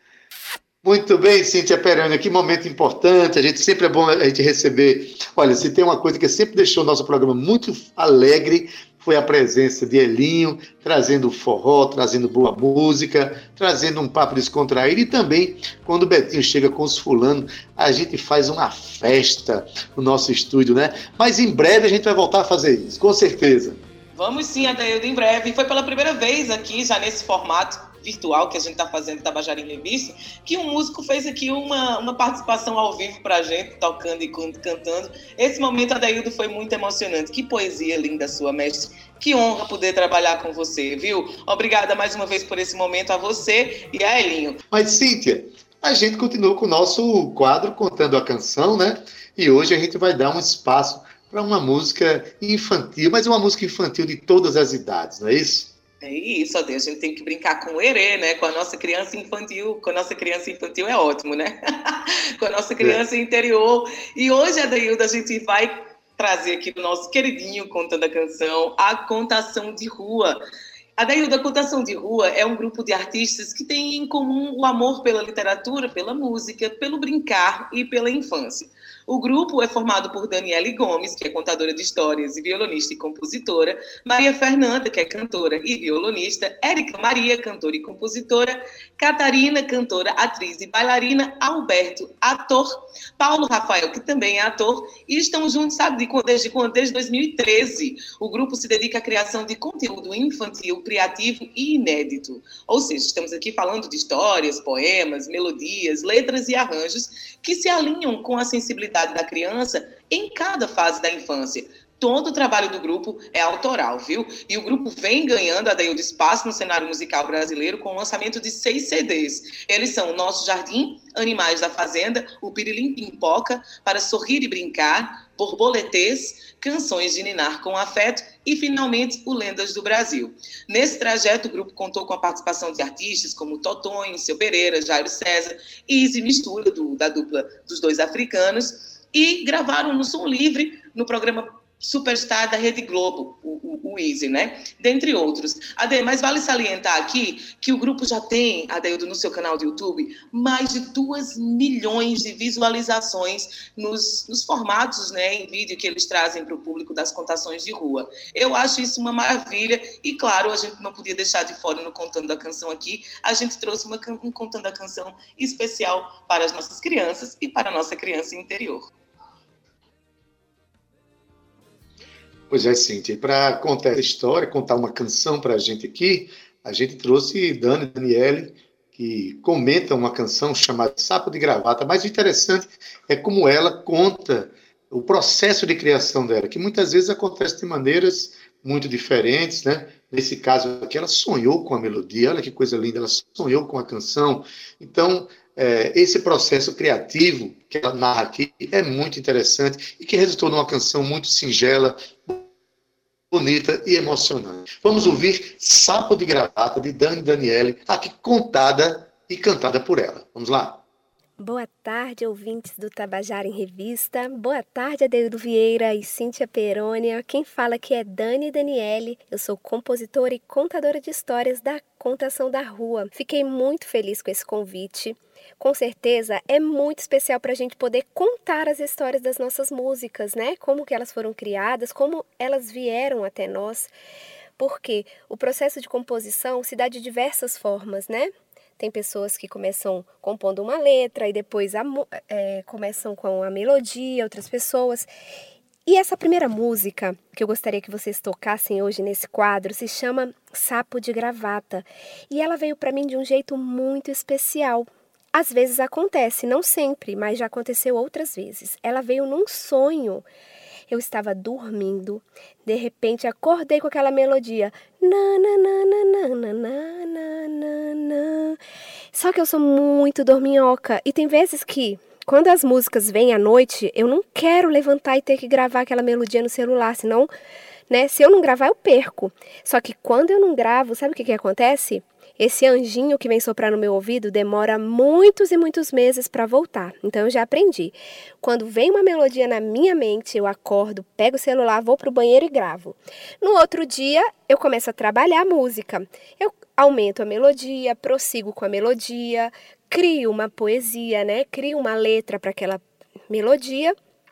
Muito bem, Cíntia Perônia, que momento importante, a gente sempre é bom a gente receber. Olha, se tem uma coisa que sempre deixou o nosso programa muito alegre, foi a presença de Elinho, trazendo forró, trazendo boa música, trazendo um papo descontraído, e também, quando o Betinho chega com os fulanos, a gente faz uma festa no nosso estúdio, né? Mas em breve a gente vai voltar a fazer isso, com certeza. Vamos sim, Adaildo, em breve. Foi pela primeira vez aqui, já nesse formato, virtual que a gente está fazendo Tabajara em Revista, que um músico fez aqui uma, uma participação ao vivo para a gente, tocando e cantando. Esse momento, Adaildo, foi muito emocionante. Que poesia linda sua, mestre. Que honra poder trabalhar com você, viu? Obrigada mais uma vez por esse momento a você e a Elinho. Mas, Cíntia, a gente continua com o nosso quadro Contando a Canção, né? E hoje a gente vai dar um espaço para uma música infantil, mas uma música infantil de todas as idades, não é isso? É isso, a gente tem que brincar com o erê, né? Com a nossa criança infantil. Com a nossa criança infantil é ótimo, né? Com a nossa criança é. interior. E hoje, Adaildo, a gente vai trazer aqui do nosso queridinho Contando a Canção a Contação de Rua. Adaildo, a Contação de Rua é um grupo de artistas que tem em comum o amor pela literatura, pela música, pelo brincar e pela infância. O grupo é formado por Daniele Gomes, que é contadora de histórias e violonista e compositora, Maria Fernanda, que é cantora e violonista, Érica Maria, cantora e compositora, Catarina, cantora, atriz e bailarina, Alberto, ator, Paulo Rafael, que também é ator, e estão juntos, sabe, desde quando? Desde dois mil e treze. O grupo se dedica à criação de conteúdo infantil, criativo e inédito. Ou seja, estamos aqui falando de histórias, poemas, melodias, letras e arranjos que se alinham com a sensibilidade da criança em cada fase da infância. Todo o trabalho do grupo é autoral, viu? E o grupo vem ganhando, Adaildo, espaço no cenário musical brasileiro com o lançamento de seis C Ds. Eles são Nosso Jardim, Animais da Fazenda, o Pirilim Pimpoca, Para Sorrir e Brincar, Borboletês, Canções de Ninar com Afeto e, finalmente, o Lendas do Brasil. Nesse trajeto, o grupo contou com a participação de artistas como Totonho, Seu Pereira, Jairo César, Easy Mistura, do, da dupla dos Dois Africanos, e gravaram no Som Livre, no programa Superstar da Rede Globo, o, o, o Easy, né? Dentre outros. Ade, mas vale salientar aqui que o grupo já tem, Adaildo, no seu canal do YouTube, mais de duas milhões de visualizações nos, nos formatos, né, em vídeo que eles trazem para o público das contações de rua. Eu acho isso uma maravilha e, claro, a gente não podia deixar de fora no Contando a Canção aqui. A gente trouxe uma, um Contando a Canção especial para as nossas crianças e para a nossa criança interior. Pois é, Cíntia, e para contar essa história, contar uma canção para a gente aqui, a gente trouxe Dani e Daniele, que comentam uma canção chamada Sapo de Gravata, mas o interessante é como ela conta o processo de criação dela, que muitas vezes acontece de maneiras muito diferentes, né? Nesse caso aqui, ela sonhou com a melodia, olha que coisa linda, ela sonhou com a canção. Então, é, esse processo criativo que ela narra aqui é muito interessante e que resultou numa canção muito singela, bonita e emocionante. Vamos ouvir Sapo de Gravata, de Dani e Daniele, aqui contada e cantada por ela. Vamos lá? Boa tarde, ouvintes do Tabajara em Revista. Boa tarde, Adaildo Vieira e Cíntia Perônia. Quem fala aqui é Dani Daniele. Eu sou compositora e contadora de histórias da Contação da Rua. Fiquei muito feliz com esse convite. Com certeza é muito especial para a gente poder contar as histórias das nossas músicas, né? Como que elas foram criadas, como elas vieram até nós. Porque o processo de composição se dá de diversas formas, né? Tem pessoas que começam compondo uma letra e depois a, é, começam com a melodia, outras pessoas. E essa primeira música que eu gostaria que vocês tocassem hoje nesse quadro se chama Sapo de Gravata. E ela veio para mim de um jeito muito especial. Às vezes acontece, não sempre, mas já aconteceu outras vezes. Ela veio num sonho. Eu estava dormindo, de repente acordei com aquela melodia. Na, na, na, na, na, na, na, na, na. Só que eu sou muito dorminhoca e tem vezes que, quando as músicas vêm à noite, eu não quero levantar e ter que gravar aquela melodia no celular, senão, né, se eu não gravar eu perco. Só que quando eu não gravo, sabe o que que acontece? Esse anjinho que vem soprar no meu ouvido demora muitos e muitos meses para voltar. Então eu já aprendi. Quando vem uma melodia na minha mente, eu acordo, pego o celular, vou para o banheiro e gravo. No outro dia, eu começo a trabalhar a música. Eu aumento a melodia, prossigo com a melodia, crio uma poesia, né? Crio uma letra para aquela melodia.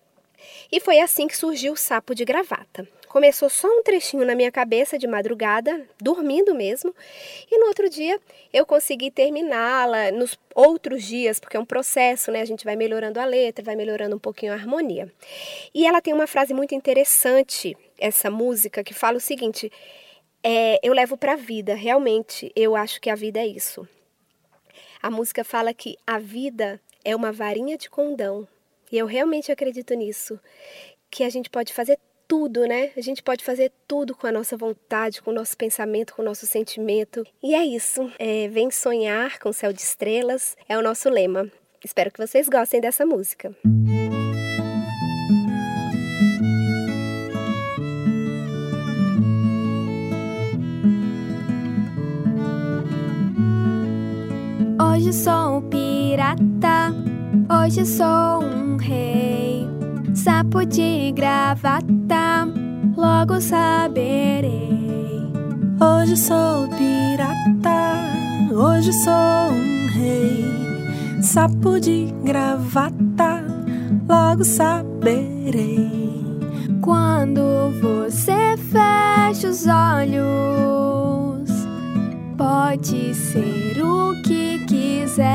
E foi assim que surgiu o Sapo de Gravata. Começou só um trechinho na minha cabeça de madrugada, dormindo mesmo, e no outro dia eu consegui terminá-la, nos outros dias, porque é um processo, né? A gente vai melhorando a letra, vai melhorando um pouquinho a harmonia. E ela tem uma frase muito interessante, essa música, que fala o seguinte: é, eu levo para a vida. Realmente, eu acho que a vida é isso. A música fala que a vida é uma varinha de condão. E eu realmente acredito nisso. Que a gente pode fazer tudo, né? A gente pode fazer tudo com a nossa vontade, com o nosso pensamento, com o nosso sentimento. E é isso. É, vem sonhar com o céu de estrelas. É o nosso lema. Espero que vocês gostem dessa música. Hoje sou um pirata, hoje sou um rei, sapo de gravata, logo saberei. Hoje sou pirata, hoje sou um rei, sapo de gravata, logo saberei. Quando você fecha os olhos, pode ser o que quiser.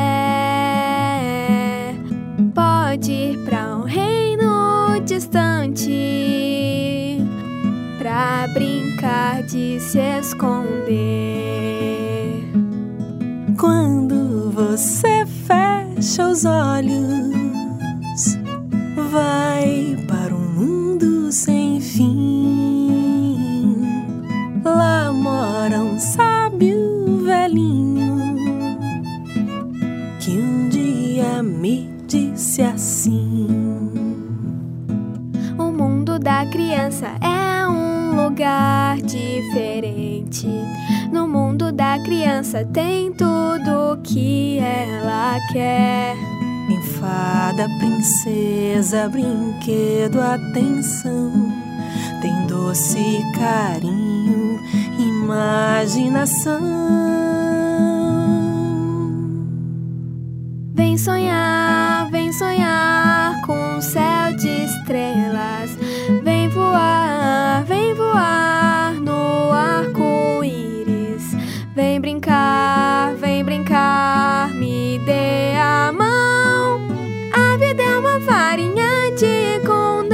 Pode ir pra um reino distante pra brincar de se esconder. Quando você fecha os olhos, vai para um mundo sem fim. Lá mora um sábio velhinho que um dia me disse assim: o mundo da criança é um lugar diferente. No mundo da criança tem tudo que ela quer. Fada, princesa, brinquedo, atenção, tem doce carinho, imaginação. Vem sonhar, vem sonhar com um céu de estrelas. Vem voar, vem voar no arco-íris. Vem brincar, vem brincar, me dê a mão. A vida é uma varinha de condão.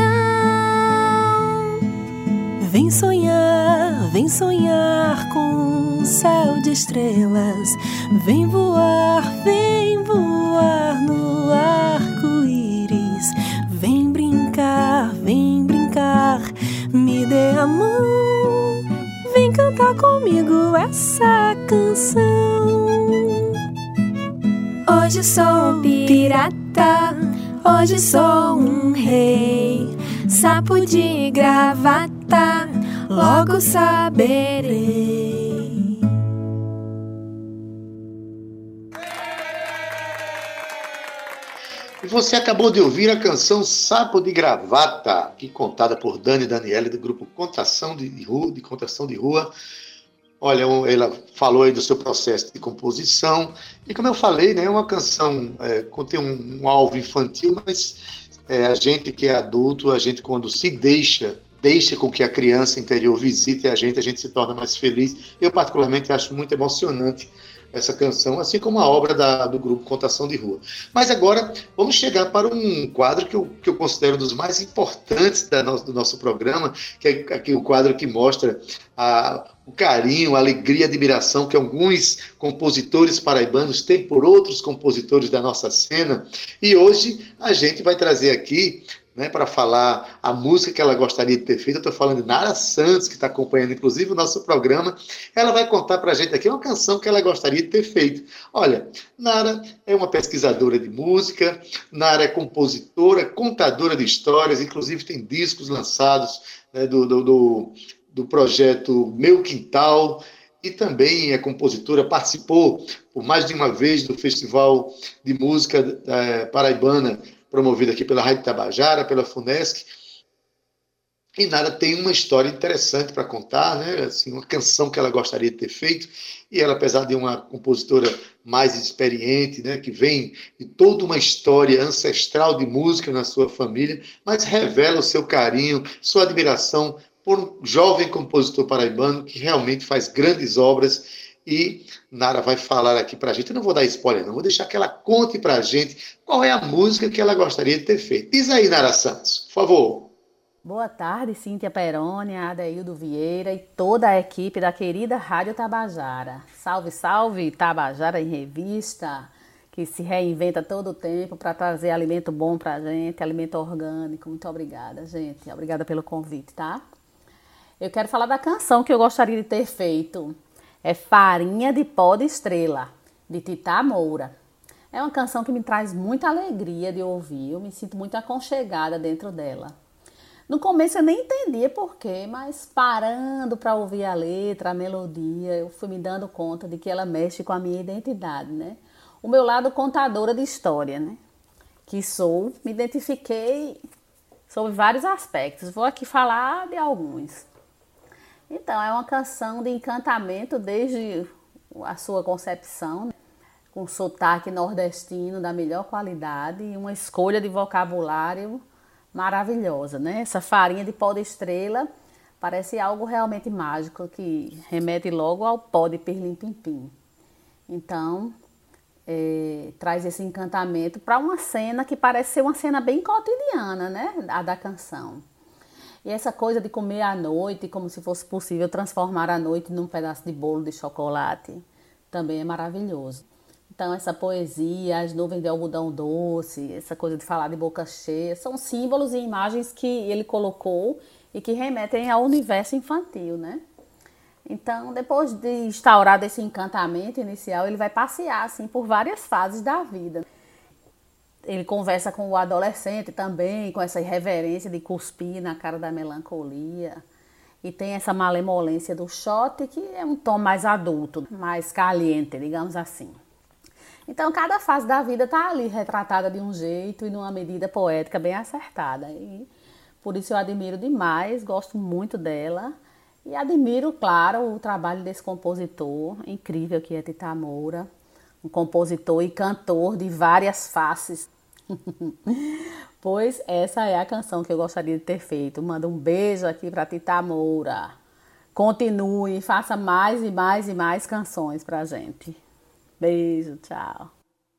Vem sonhar, vem sonhar com um céu de estrelas. Vem voar, vem voar no arco-íris. Vem brincar, vem brincar, me dê a mão. Vem cantar comigo essa canção. Hoje sou um pirata, hoje sou um rei, sapo de gravata, logo saberei. E você acabou de ouvir a canção Sapo de Gravata, aqui contada por Dani Daniele, do grupo Contração de Rua, de Contração de Rua. Olha, ela falou aí do seu processo de composição, e como eu falei, né, é uma canção, é, contém um, um alvo infantil, mas é, a gente que é adulto, a gente quando se deixa, deixa com que a criança interior visite a gente, a gente se torna mais feliz. Eu particularmente acho muito emocionante essa canção, assim como a obra da, do grupo Contação de Rua. Mas agora vamos chegar para um quadro que eu, que eu considero um dos mais importantes da no, do nosso programa, que é aqui o quadro que mostra a, o carinho, a alegria, a admiração que alguns compositores paraibanos têm por outros compositores da nossa cena. E hoje a gente vai trazer aqui, né, para falar a música que ela gostaria de ter feito. Eu estou falando de Nara Santos, que está acompanhando inclusive o nosso programa. Ela vai contar para a gente aqui uma canção que ela gostaria de ter feito. Olha, Nara é uma pesquisadora de música, Nara é compositora, contadora de histórias, inclusive tem discos lançados, né, do, do, do, do projeto Meu Quintal, e também é compositora, participou por mais de uma vez do Festival de Música é, Paraibana, promovido aqui pela Rádio Tabajara, pela FUNESC. E Nara tem uma história interessante para contar, né? Assim, uma canção que ela gostaria de ter feito, e ela, apesar de uma compositora mais experiente, né, que vem de toda uma história ancestral de música na sua família, mas revela o seu carinho, sua admiração por um jovem compositor paraibano que realmente faz grandes obras. E Nara vai falar aqui para a gente. Eu não vou dar spoiler, não. Vou deixar que ela conte para a gente qual é a música que ela gostaria de ter feito. Diz aí, Nara Santos, por favor. Boa tarde, Cíntia Perônia, Adeildo Vieira e toda a equipe da querida Rádio Tabajara. Salve, salve, Tabajara em Revista, que se reinventa todo o tempo para trazer alimento bom para a gente, alimento orgânico. Muito obrigada, gente. Obrigada pelo convite, tá? Eu quero falar da canção que eu gostaria de ter feito. É Farinha de Pó de Estrela, de Tita Moura. É uma canção que me traz muita alegria de ouvir. Eu me sinto muito aconchegada dentro dela. No começo eu nem entendia porquê, mas parando para ouvir a letra, a melodia, eu fui me dando conta de que ela mexe com a minha identidade, né? O meu lado contadora de história, né? Que sou, me identifiquei sobre vários aspectos. Vou aqui falar de alguns. Então, é uma canção de encantamento desde a sua concepção, né? Com sotaque nordestino da melhor qualidade e uma escolha de vocabulário maravilhosa, né? Essa farinha de pó de estrela parece algo realmente mágico que remete logo ao pó de pirlim-pim-pim. Então, é, traz esse encantamento para uma cena que parece ser uma cena bem cotidiana, né? A da canção. E essa coisa de comer à noite, como se fosse possível transformar a noite num pedaço de bolo de chocolate, também é maravilhoso. Então, essa poesia, as nuvens de algodão doce, essa coisa de falar de boca cheia, são símbolos e imagens que ele colocou e que remetem ao universo infantil, né? Então, depois de instaurado esse encantamento inicial, ele vai passear, assim, por várias fases da vida. Ele conversa com o adolescente também, com essa irreverência de cuspir na cara da melancolia. E tem essa malemolência do shot, que é um tom mais adulto, mais caliente, digamos assim. Então, cada fase da vida está ali retratada de um jeito e numa medida poética bem acertada. E por isso eu admiro demais, gosto muito dela. E admiro, claro, o trabalho desse compositor incrível que é Tita Moura. Um compositor e cantor de várias faces. Pois essa é a canção que eu gostaria de ter feito. Manda um beijo aqui para Tita Moura. Continue, faça mais e mais e mais canções pra gente. Beijo, tchau.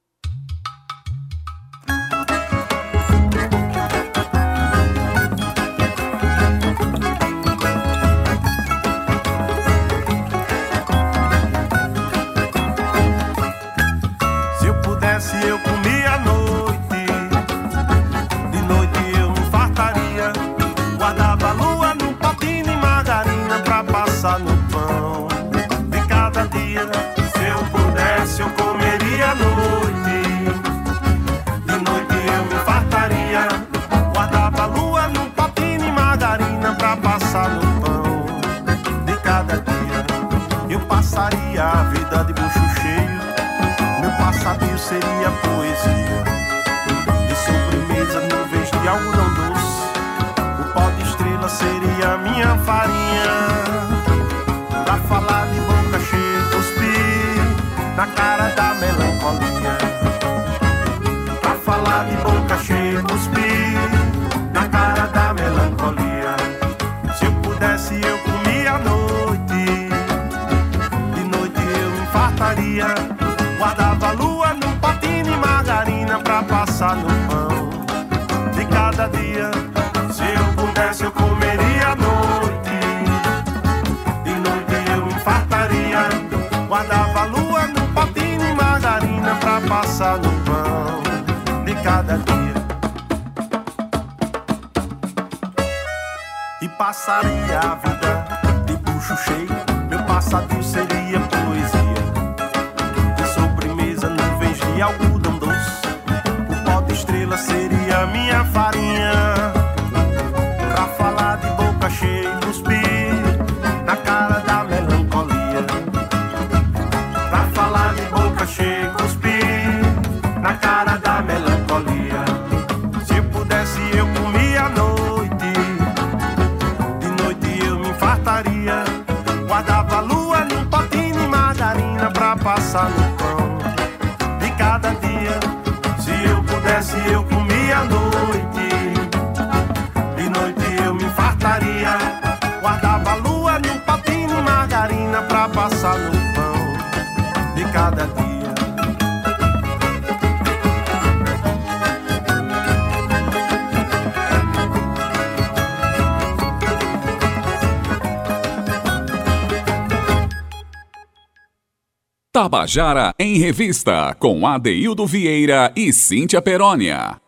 Se eu pudesse, eu comia à noite. De noite eu me fartaria. Guardava a lua no patinho e margarina pra passar no pão de cada dia. Eu comeria à noite, de noite eu me fartaria. Guardava a lua num patinho e margarina pra passar no pão de cada dia. Eu passaria a vida de bucho cheio, meu passadio seria poesia. De sobremesa, nuvens de algodão doce, o pó de estrela seria minha farinha. Pra falar de boca cheia, cuspir na cara da melancolia. Pra falar de boca cheia, cuspir na cara da melancolia. Se eu pudesse eu comia à noite, de noite eu me fartaria. Guardava a lua num patinho e margarina pra passar no pão de cada dia. Se eu pudesse eu comeria à noite, de noite eu me fartaria. Guardava a lua num patinho e margarina pra passar no pão de cada dia. E passaria a vida de bucho cheio, meu passadio seria poesia. De sobremesa, nuvens de algodão doce, o pó de estrela seria minha farinha. Pra falar de boca cheia e cuspir na cara da melancolia. Pra falar de boca cheia e cuspir na cara da melancolia. Se eu pudesse eu comia à noite, de noite eu me fartaria. Guardava a lua num potinho e margarina pra passar no pão de cada dia. Se eu pudesse eu comia à noite, de noite eu me fartaria. Guardava a lua num potinho e margarina pra passar no pão de cada dia. Tabajara em Revista, com Adeildo Vieira e Cíntia Perônia.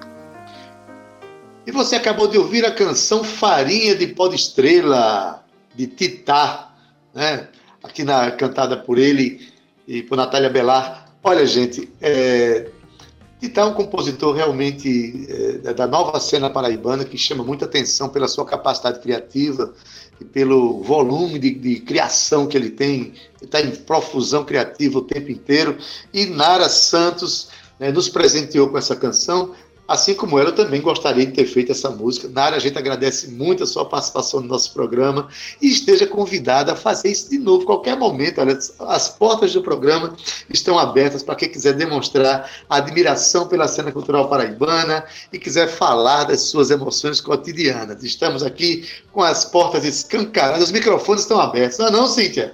E você acabou de ouvir a canção Farinha de Pó de Estrela, de Titá, né? Aqui na, cantada por ele e por Natália Bellar. Olha, gente, é, Titá é um compositor realmente é, da nova cena paraibana que chama muita atenção pela sua capacidade criativa e pelo volume de, de criação que ele tem. Ele está em profusão criativa o tempo inteiro. E Nara Santos, né, nos presenteou com essa canção. Assim como ela, eu também gostaria de ter feito essa música. Nara, a gente agradece muito a sua participação no nosso programa e esteja convidada a fazer isso de novo, qualquer momento. Olha, as portas do programa estão abertas para quem quiser demonstrar a admiração pela cena cultural paraibana e quiser falar das suas emoções cotidianas. Estamos aqui com as portas escancaradas, os microfones estão abertos. Não é não, Cíntia?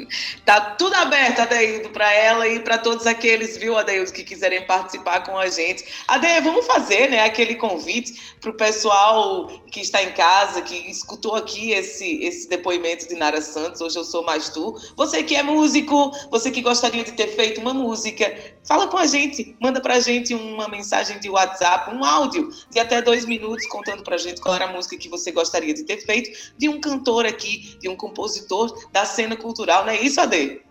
Tá tudo aberto, Adeildo, para ela e para todos aqueles, viu, Adeildo, que quiserem participar com a gente. Adeildo, vamos fazer, né, aquele convite para o pessoal que está em casa, que escutou aqui esse, esse depoimento de Nara Santos, Hoje Eu Sou Mais Tu. Você que é músico, você que gostaria de ter feito uma música, fala com a gente, manda para a gente uma mensagem de WhatsApp, um áudio de até dois minutos, contando para a gente qual era a música que você gostaria de ter feito, de um cantor aqui, de um compositor da cena cultural. Não é isso, Ade?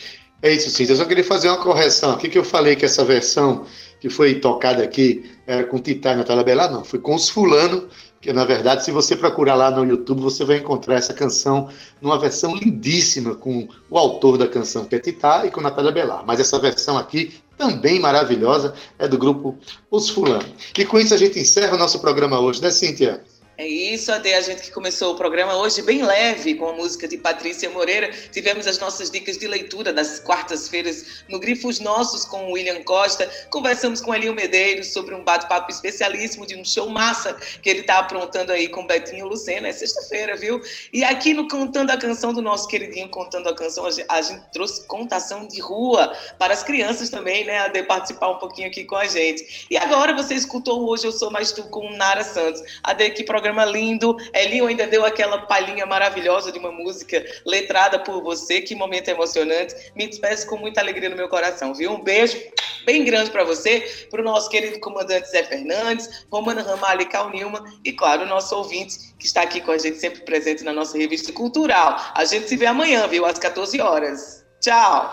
É isso, sim. Eu só queria fazer uma correção aqui, que eu falei que essa versão que foi tocada aqui era com Titá e Natália Bellar, não. Foi com os Fulano, que na verdade, se você procurar lá no YouTube, você vai encontrar essa canção numa versão lindíssima com o autor da canção, que é Titá, e com Natália Bellar. Mas essa versão aqui, também maravilhosa, é do grupo Os Fulano. E com isso a gente encerra o nosso programa hoje, né, Cíntia? É isso, Ade, a gente que começou o programa hoje bem leve, com a música de Patrícia Moreira. Tivemos as nossas dicas de leitura das quartas-feiras no Grifos Nossos com o William Costa. Conversamos com Elinho Medeiros sobre um bate-papo especialíssimo de um show massa que ele está aprontando aí com Betinho Lucena. É sexta-feira, viu? E aqui no Contando a Canção do nosso queridinho Contando a Canção, a gente trouxe contação de rua para as crianças também, né, Ade, participar um pouquinho aqui com a gente. E agora você escutou Hoje Eu Sou Mais Tu com Nara Santos. Ade, que programa Programa lindo. Elinho ainda deu aquela palhinha maravilhosa de uma música letrada por você. Que momento emocionante. Me despeço com muita alegria no meu coração, viu? Um beijo bem grande para você, para o nosso querido comandante Zé Fernandes, Romana Ramalho e Cal Nilma e, claro, o nosso ouvinte que está aqui com a gente, sempre presente na nossa revista cultural. A gente se vê amanhã, viu? Às quatorze horas. Tchau!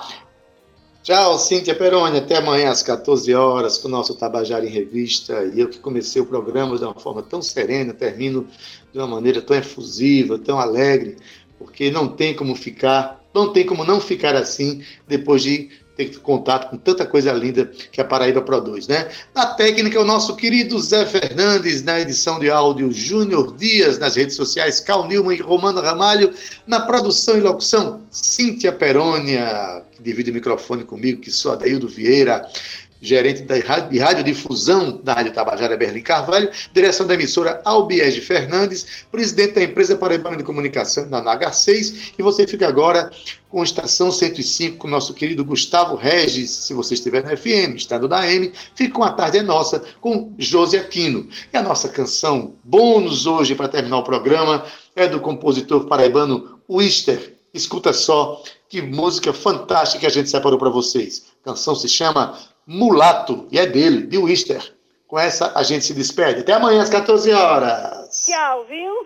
Tchau, Cíntia Perônia. Até amanhã às quatorze horas com o nosso Tabajara em Revista. E eu que comecei o programa de uma forma tão serena, termino de uma maneira tão efusiva, tão alegre, porque não tem como ficar, não tem como não ficar assim depois de ter contato com tanta coisa linda que a Paraíba produz, né? Na técnica, o nosso querido Zé Fernandes, na edição de áudio, Júnior Dias, nas redes sociais, Cal Nilma e Romana Ramalho, na produção e locução, Cíntia Perônia, que divide o microfone comigo, que sou Adeildo Vieira, gerente da rádio, de radiodifusão da Rádio Tabajara, Berlim Carvalho, direção da emissora Albiege Fernandes, presidente da empresa Paraibana de Comunicação, da N H seis, e você fica agora com a Estação cento e cinco, com o nosso querido Gustavo Regis, se você estiver na F M, estando na A M, fica com A Tarde é Nossa, com Josi Aquino. E a nossa canção bônus hoje, para terminar o programa, é do compositor paraibano Wister. Escuta só, que música fantástica que a gente separou para vocês. A canção se chama Mulato, e é dele, de Wister. Com essa a gente se despede. Até amanhã às quatorze horas. Tchau, viu?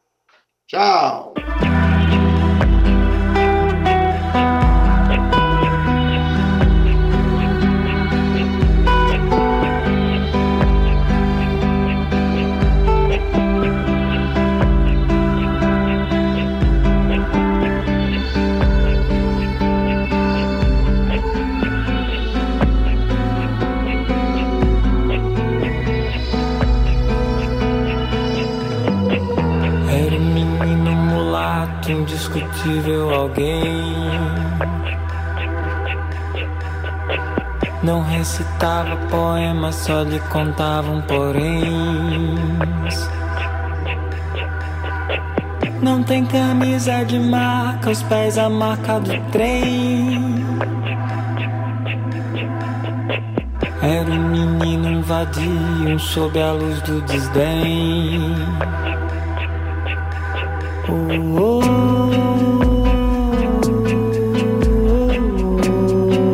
Tchau. Indiscutível alguém, não recitava poemas, só lhe contavam poréns. Não tem camisa de marca, os pés a marca do trem. Era um menino, um vadio, sob a luz do desdém. Oh, oh, oh, oh.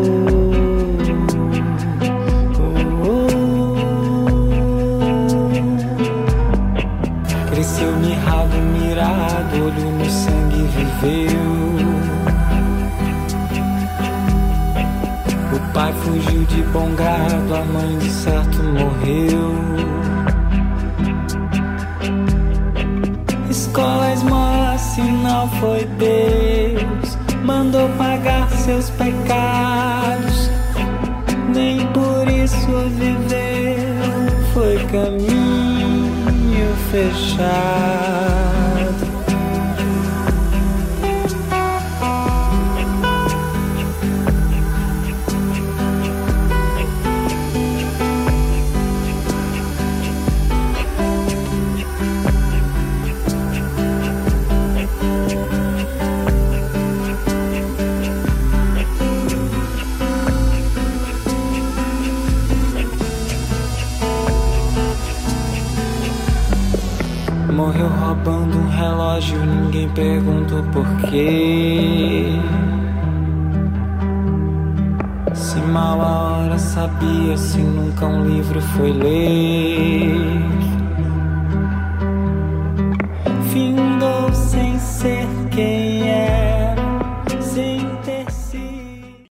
pai fugiu de bom grado, a mãe de certo morreu. Escola, esmola, sinal foi Deus, mandou pagar seus pecados. Nem por isso viveu, foi caminho fechado. Morreu roubando um relógio, ninguém perguntou por quê. Se mal a hora sabia, se nunca um livro foi ler.